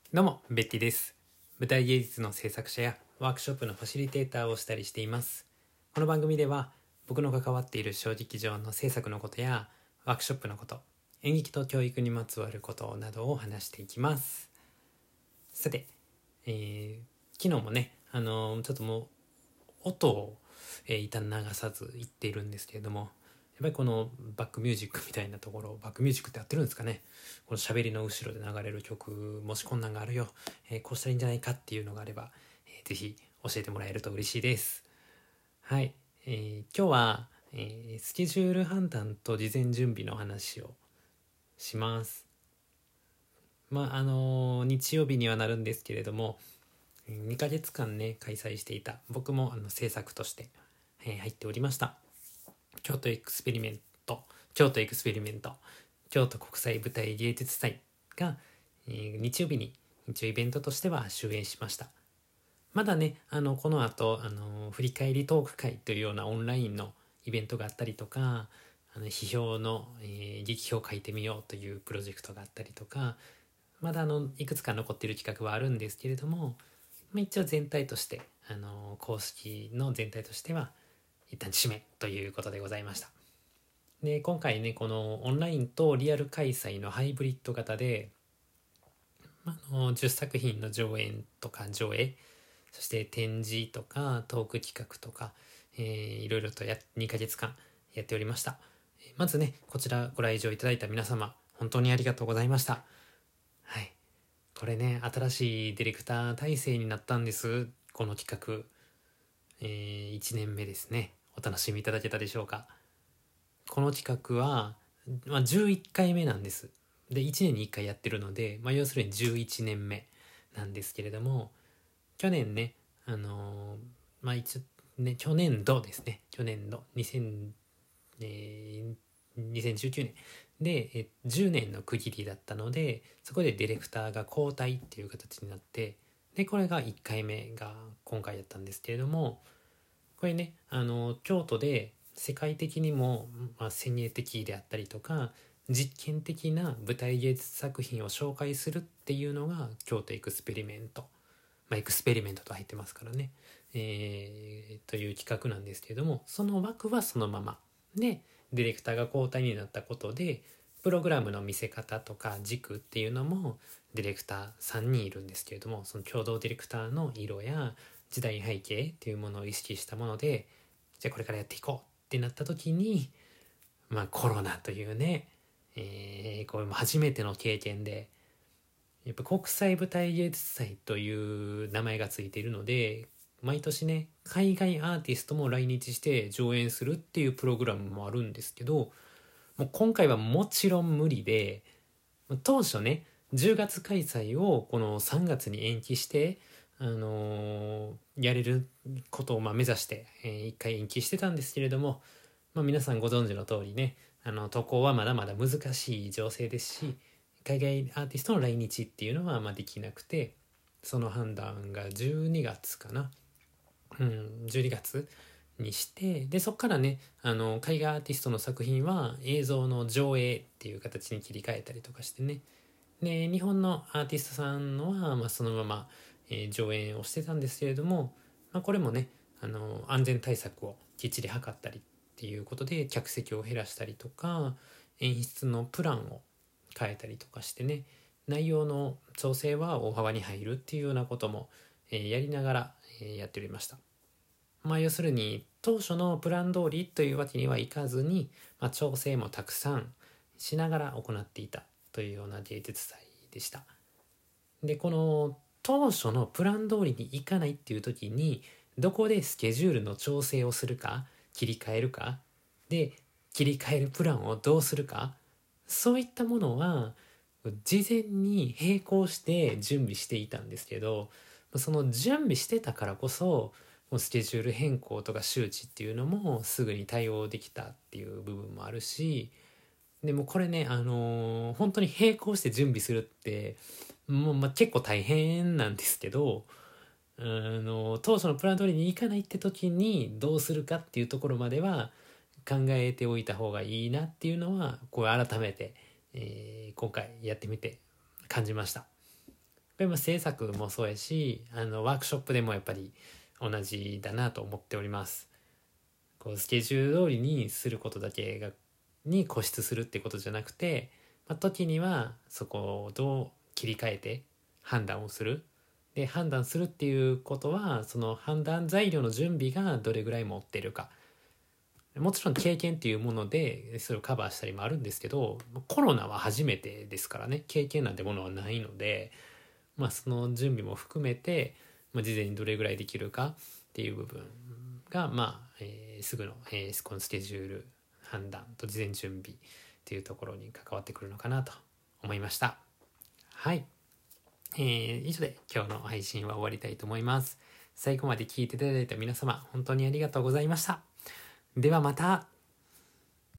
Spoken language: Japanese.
どうも、ベッティです。舞台芸術の制作者やワークショップのファシリテーターをしたりしています。この番組では僕の関わっている小劇場の制作のことやワークショップのこと、演劇と教育にまつわることなどを話していきます。さて、昨日もね、ちょっともう音を、一旦流さず言っているんですけれども、やっぱりこのバックミュージックみたいなところ、バックミュージックってやってるんですかね。この喋りの後ろで流れる曲、もしこんなんがあるよ、こうしたらいいんじゃないかっていうのがあれば、ぜひ教えてもらえると嬉しいです。はい、今日は、スケジュール判断と事前準備の話をします。日曜日にはなるんですけれども、2ヶ月間ね開催していた、僕も制作として、入っておりました京都エクスペリメント京都エクスペリメント京都国際舞台芸術祭が、日曜日に一応イベントとしては終演しました。まだねこの後振り返りトーク会というようなオンラインのイベントがあったりとか、批評の、劇評を書いてみようというプロジェクトがあったりとか、まだいくつか残っている企画はあるんですけれども、一応全体として公式の全体としては一旦締めということでございました。で今回ねこのオンラインとリアル開催のハイブリッド型で、10作品の上演とか上映、そして展示とかトーク企画とか、いろいろと2ヶ月間やっておりました。まずねこちらご来場いただいた皆様本当にありがとうございました。はい、これね新しいディレクター体制になったんです。この企画、1年目ですね。お楽しみいただけたでしょうか。この企画は、11回目なんです。で1年に1回やってるので、要するに11年目なんですけれども、去年ね一応ね去年度ですね、去年度2019年で10年の区切りだったので、そこでディレクターが交代っていう形になって、でこれが1回目が今回やったんですけれども、これね京都で世界的にも、先鋭的であったりとか実験的な舞台芸術作品を紹介するっていうのが京都エクスペリメント、エクスペリメントと入ってますからね、という企画なんですけれども、その枠はそのままで、ディレクターが交代になったことでプログラムの見せ方とか軸っていうのもディレクター3人いるんですけれども、その共同ディレクターの色や時代背景っていうものを意識したもので、じゃあこれからやっていこうってなった時に、コロナというね、これも初めての経験で、やっぱ国際舞台芸術祭という名前がついているので、毎年ね海外アーティストも来日して上演するっていうプログラムもあるんですけど、もう今回はもちろん無理で、当初ね10月開催をこの3月に延期して、やれることを目指して、1回延期してたんですけれども、皆さんご存知の通りね、渡航はまだまだ難しい情勢ですし、海外アーティストの来日っていうのはできなくて、その判断が12月かな、12月にして、でそこからね海外アーティストの作品は映像の上映っていう形に切り替えたりとかしてね、で日本のアーティストさんのは、そのまま、上演をしてたんですけれども、これもね安全対策をきっちり図ったりっていうことで客席を減らしたりとか、演出のプランを変えたりとかしてね、内容の調整は大幅に入るっていうようなことも、やりながら、やっておりました。要するに当初のプラン通りというわけにはいかずに、調整もたくさんしながら行っていたというような芸術祭でした。でこの当初のプラン通りにいかないっていう時に、どこでスケジュールの調整をするか、切り替えるかで、切り替えるプランをどうするか、そういったものは事前に並行して準備していたんですけど、その準備してたからこそもうスケジュール変更とか周知っていうのもすぐに対応できたっていう部分もあるし、でもこれね本当に並行して準備するってもう、結構大変なんですけど、当初のプラン通りにいかないって時にどうするかっていうところまでは考えておいた方がいいなっていうのはこれ改めて、今回やってみて感じました。 ぱり制作もそうやしワークショップでもやっぱり同じだなと思っております。こうスケジュール通りにすることだけに固執するってことじゃなくて、時にはそこをどう切り替えて判断をする。で判断するっていうことはその判断材料の準備がどれぐらい持ってるか、もちろん経験っていうものでそれをカバーしたりもあるんですけど、コロナは初めてですからね、経験なんてものはないので、その準備も含めて、事前にどれぐらいできるかっていう部分が、すぐの、このスケジュール判断と事前準備っていうところに関わってくるのかなと思いました。はい、以上で今日の配信は終わりたいと思います。最後まで聞いていただいた皆様、本当にありがとうございました。ではまた。